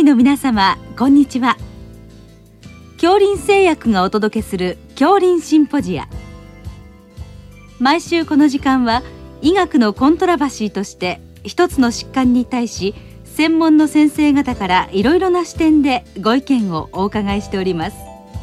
の皆様、こんにちは。杏林製薬がお届けする杏林シンポジア。毎週この時間は医学のコントラバシーとして一つの疾患に対し専門の先生方からいろいろな視点でご意見をお伺いしております。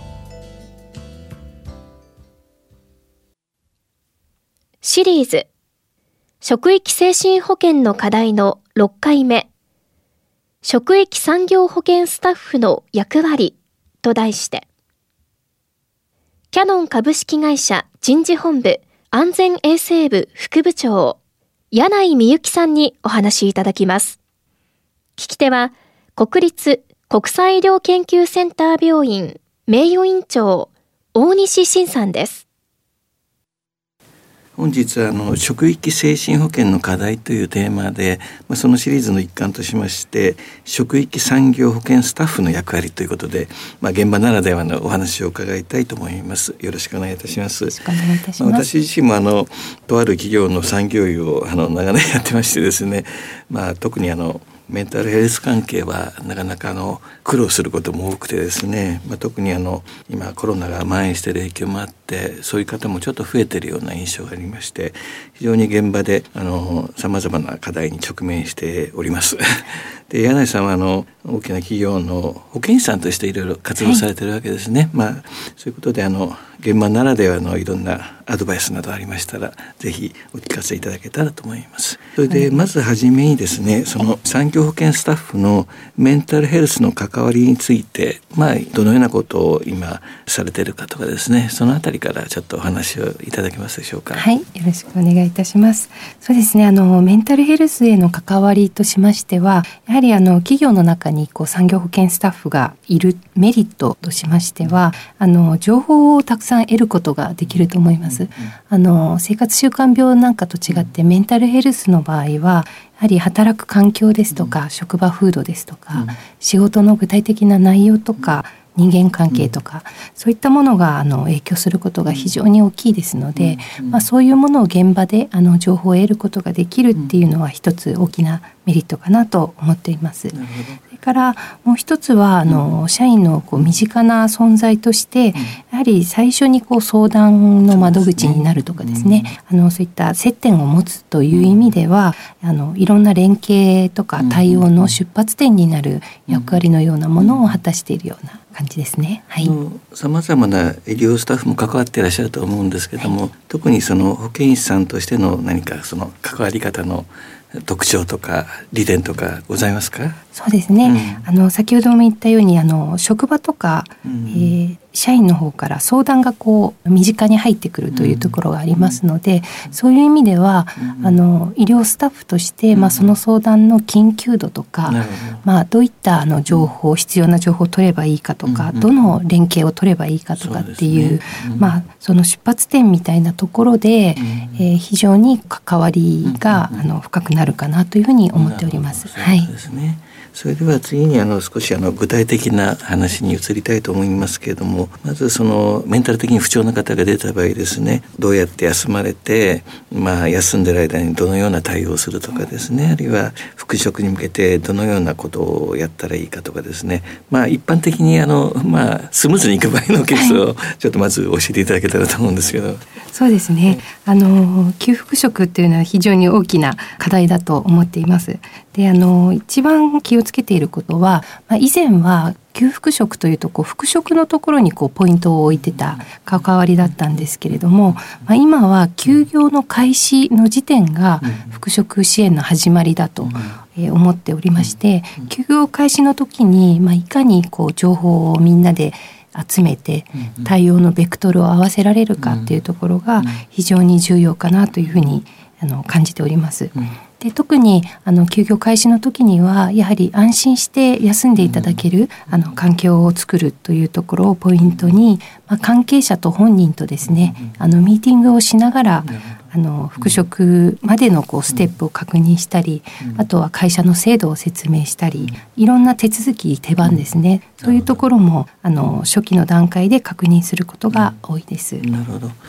シリーズ職域精神保健の課題の6回目、職域産業保健スタッフの役割と題して、キヤノン株式会社人事本部安全衛生部副部長、柳井美幸さんにお話しいただきます。聞き手は、国立国際医療研究センター病院名誉院長、大西晋さんです。 本日は職域精神保健の課題というテーマで、そのシリーズの一環としまして職域産業保健スタッフの役割ということで、現場ならではのお話を伺いたいと思います。よろしくお願いいたします。 よろしくお願いいたします。 私自身もとある企業の産業医を長年やってましてですね、特にメンタルヘルス関係はなかなか苦労することも多くてですね、特に今コロナが蔓延している影響もあってそういう方もちょっと増えているような印象がありまして、非常に現場でさまざまな課題に直面しておりますで、柳井さんは大きな企業の保健師さんとしていろいろ活動されているわけですね、そういうことで現場ならではのいろんなアドバイスなどありましたらぜひお聞かせいただけたらと思います。それでまずはじめにですね、その産業保健スタッフのメンタルヘルスの関わりについて、どのようなことを今されているかとかですね、そのあたりからちょっとお話をいただけますでしょうか。 はい、よろしくお願いいたします。そうですね、メンタルヘルスへの関わりとしましては、やはり企業の中に産業保健スタッフがいるメリットとしましては、情報をたくさん得ることができると思います。生活習慣病なんかと違ってメンタルヘルスの場合はやはり働く環境ですとか、職場風土ですとか、仕事の具体的な内容とか、人間関係とか、そういったものが影響することが非常に大きいですので、そういうものを現場で情報を得ることができるっていうのは一つ大きなメリットかなと思っています。それからもう一つは社員の身近な存在として、やはり最初に相談の窓口になるとかですね、そういった接点を持つという意味ではいろんな連携とか対応の出発点になる役割のようなものを果たしているような感じですね。はい。 さまざまな医療スタッフも関わっていらっしゃると思うんですけども、特にその保健師さんとしての何かその関わり方の特徴とか利点とかございますか？ そうですね、先ほども言ったように職場とか、社員の方から相談が身近に入ってくるというところがありますので、そういう意味では、医療スタッフとして、その相談の緊急度とか、どういった情報、必要な情報を取ればいいかとか、どの連携を取ればいいかとかっていう、その出発点みたいなところで、非常に関わりが深くなるかなというふうに思っております。はい。 そうですね。それでは次に少し具体的な話に移りたいと思いますけれども、まずそのメンタル的に不調な方が出た場合ですね、どうやって休まれて、休んでる間にどのような対応をするとかですね、あるいは復職に向けてどのようなことをやったらいいかとかですね、一般的にスムーズにいく場合のケースをちょっとまず教えていただけたらと思うんですけど。 そうですね、休復職っていうのは非常に大きな課題だと思っています。で、一番気をつけていることは、以前は休復職というと復職のところにポイントを置いてた関わりだったんですけれども、今は休業の開始の時点が復職支援の始まりだと思っておりまして、休業開始の時にいかに情報をみんなで集めて対応のベクトルを合わせられるかっていうところが非常に重要かなというふうに感じております。で、特に休業開始の時にはやはり安心して休んでいただける環境を作るというところをポイントに、関係者と本人とですねミーティングをしながら復職までのステップを確認したり、あとは会社の制度を説明したり、いろんな手続き手番ですね、そういうところも初期の段階で確認することが多いです。 なるほど。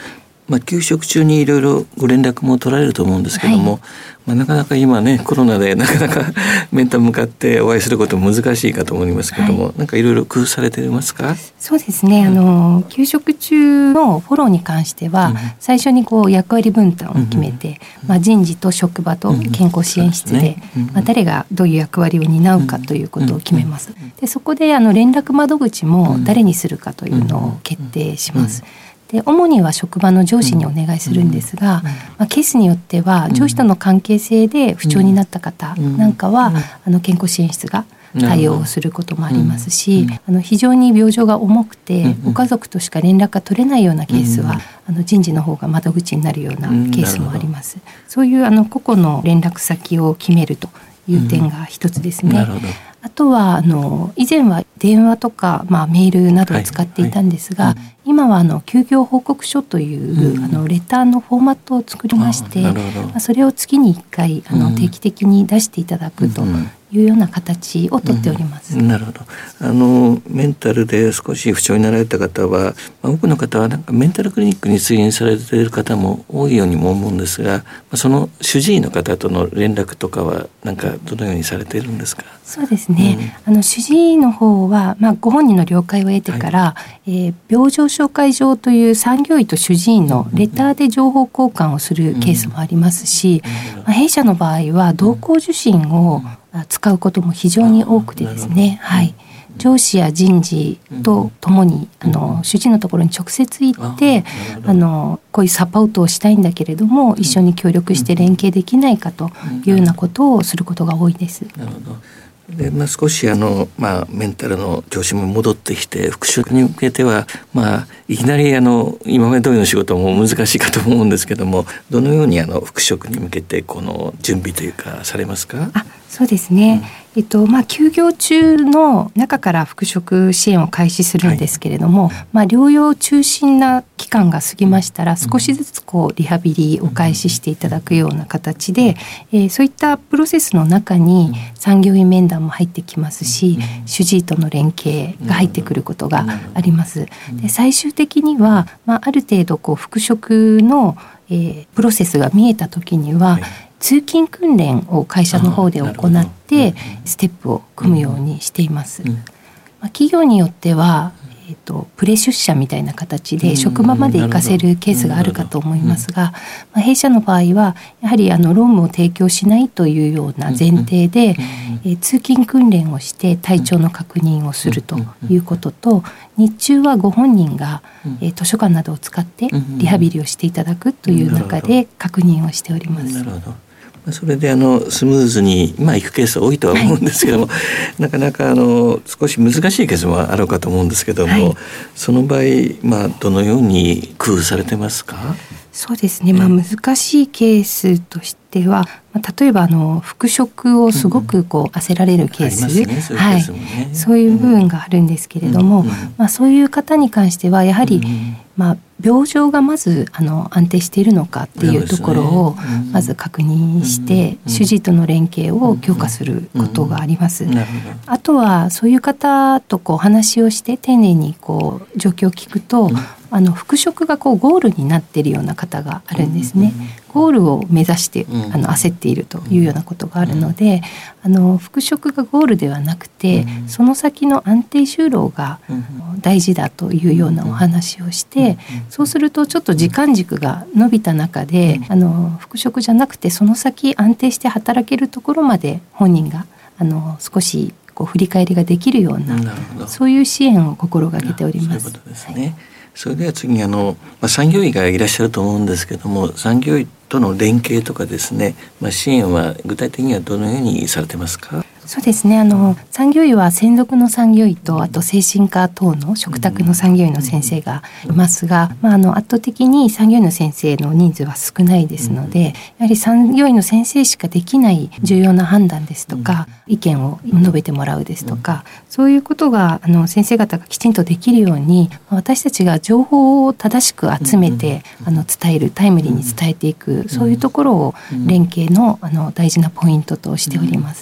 休職中にいろいろご連絡も取られると思うんですけども、なかなか今ねコロナでなかなか面と向かってお会いすることも難しいかと思いますけども、なんかいろいろ工夫されてますか？ そうですね、休職中のフォローに関しては、最初に役割分担を決めて、人事と職場と健康支援室で、誰がどういう役割を担うかということを決めます。でそこで連絡窓口も誰にするかというのを決定します。で主には職場の上司にお願いするんですが、ケースによっては上司との関係性で不調になった方なんかは、健康支援室が対応することもありますし、非常に病状が重くてご家族としか連絡が取れないようなケースは、人事の方が窓口になるようなケースもあります。そういう個々の連絡先を決めるという点が一つですね。あとは以前は電話とか、メールなどを使っていたんですが、今は休業報告書という、レターのフォーマットを作りまして、それを月に1回定期的に出していただくというような形をとっております。 なるほど。メンタルで少し不調になられた方は、多くの方はなんかメンタルクリニックに通院されている方も多いようにも思うんですが、その主治医の方との連絡とかはなんかどのようにされているんですか？ そうですね、主治医の方は、ご本人の了解を得てから、病状紹介状という産業医と主治医のレターで情報交換をするケースもありますし、弊社の場合は同行受診を使うことも非常に多くてですね、上司や人事とともに主治医のところに直接行ってこういうサポートをしたいんだけれども、一緒に協力して連携できないかというようなことをすることが多いです。 なるほど。で少しメンタルの調子も戻ってきて復職に向けては、いきなり今まで通りの仕事も難しいかと思うんですけども、どのように復職に向けてこの準備というかされますか？ そうですね、休業中の中から復職支援を開始するんですけれども、療養中心な期間が過ぎましたら少しずつリハビリを開始していただくような形で、そういったプロセスの中に産業医面談も入ってきますし、主治医との連携が入ってくることがあります。で最終的には、ある程度復職の、プロセスが見えた時には、通勤訓練を会社の方で行ってステップを組むようにしています。企業によっては、プレ出社みたいな形で職場まで行かせるケースがあるかと思いますが、弊社の場合はやはり労務を提供しないというような前提で、通勤訓練をして体調の確認をするということと、日中はご本人が、図書館などを使ってリハビリをしていただくという中で確認をしております。 なるほど。それでスムーズに行くケースは多いとは思うんですけどもなかなか少し難しいケースもあるかと思うんですけども、その場合、どのように工夫されてますか？ そうですね、難しいケースとしては、例えば復職をすごく焦られるケース、そういう部分があるんですけれども、そういう方に関してはやはり、病状がまず安定しているのかっていうところをまず確認して、主治医との連携を強化することがあります。あとはそういう方とお話をして丁寧に状況を聞くと、復職がゴールになっているような方があるんですね。ゴールを目指して焦っているというようなことがあるので、復職がゴールではなくて、その先の安定就労が大事だというようなお話をして、そうするとちょっと時間軸が伸びた中で、復職じゃなくてその先安定して働けるところまで本人が少し振り返りができるような、そういう支援を心がけております。 そういうことですね。それでは次産業医がいらっしゃると思うんですけども、産業医との連携とかですね、支援は具体的にはどのようにされてますか？ そうですね、産業医は専属の産業医と、あと精神科等の嘱託の産業医の先生がいますが、圧倒的に産業医の先生の人数は少ないですので、やはり産業医の先生しかできない重要な判断ですとか、意見を述べてもらうですとか、そういうことが先生方がきちんとできるように、私たちが情報を正しく集めて伝える、タイムリーに伝えていく、そういうところを連携の大事なポイントとしております。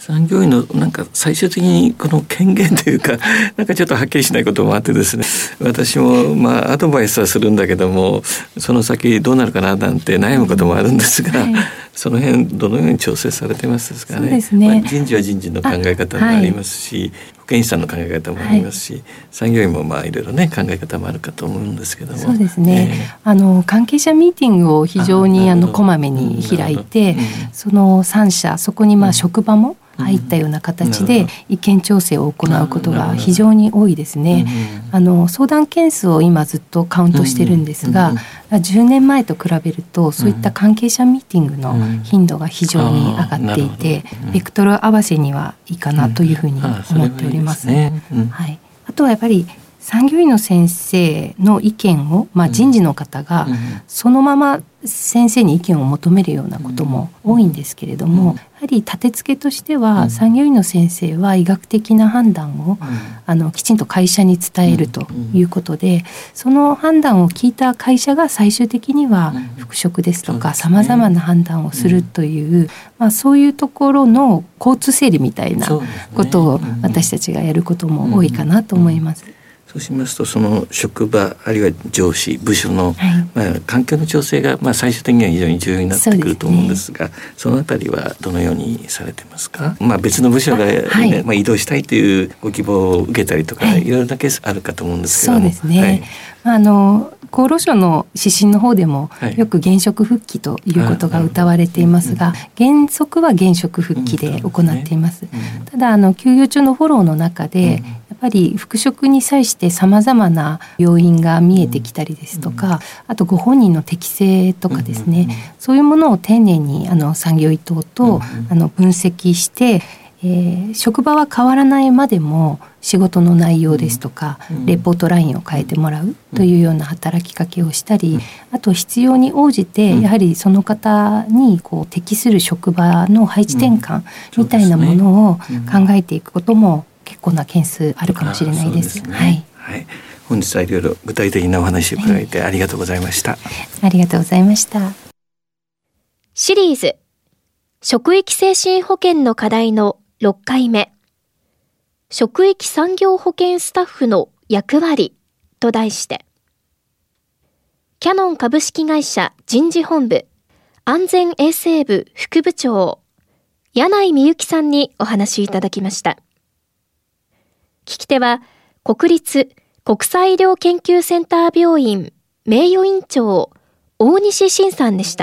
産業医のなんか最終的にこの権限というかなんかちょっとはっきりしないこともあってですね、私もアドバイスはするんだけども、その先どうなるかななんて悩むこともあるんですが、その辺どのように調整されてますですかね。 そうですね、 人事は人事の考え方もありますし、保健師さんの考え方もありますし、産業医もいろいろね考え方もあるかと思うんですけども。 そうですね、関係者ミーティングを非常にこまめに開いて、その3社そこに職場も入ったような形で意見調整を行うことが非常に多いですね。相談件数を今ずっとカウントしてるんですが、10年前と比べるとそういった関係者ミーティングの頻度が非常に上がっていて、ベクトル合わせにはいいかなというふうに思っております。あとはやっぱり産業医の先生の意見を、人事の方がそのまま先生に意見を求めるようなことも多いんですけれども、やはり立て付けとしては産業医の先生は医学的な判断をきちんと会社に伝えるということで、その判断を聞いた会社が最終的には復職ですとかさまざまな判断をするという、そういうところの交通整理みたいなことを私たちがやることも多いかなと思います。 そうしますと、その職場あるいは上司部署の、環境の調整が、最終的には非常に重要になってくると思うんですが、そのあたりはどのようにされてますか。別の部署が、移動したいというご希望を受けたりとか、いろいろなケースあるかと思うんですけども。 そうですね、厚労省の指針の方でもよく現職復帰ということが謳われていますが、原則は現職復帰で行っています。ただ休業中のフォローの中で、やっぱり復職に際してさまざまな要因が見えてきたりですとか、あとご本人の適性とかですね、そういうものを丁寧に産業医等と分析して、職場は変わらないまでも仕事の内容ですとか、レポートラインを変えてもらうというような働きかけをしたり、あと必要に応じてやはりその方に適する職場の配置転換みたいなものを考えていくことも結構な件数あるかもしれないです。 本日はいろいろ具体的なお話を伺えてありがとうございました。 ありがとうございました。 シリーズ職域精神保健の課題の6回目、職域産業保健スタッフの役割と題して、キヤノン株式会社人事本部安全衛生部副部長柳井美幸さんにお話しいただきました。聞き手は国立国際医療研究センター病院名誉院長大西晋さんでした。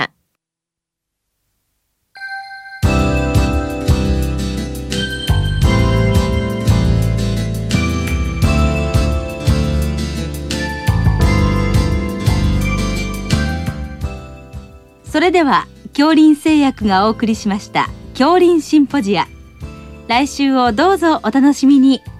それでは京林製薬がお送りしました京林シンポジア、来週をどうぞお楽しみに。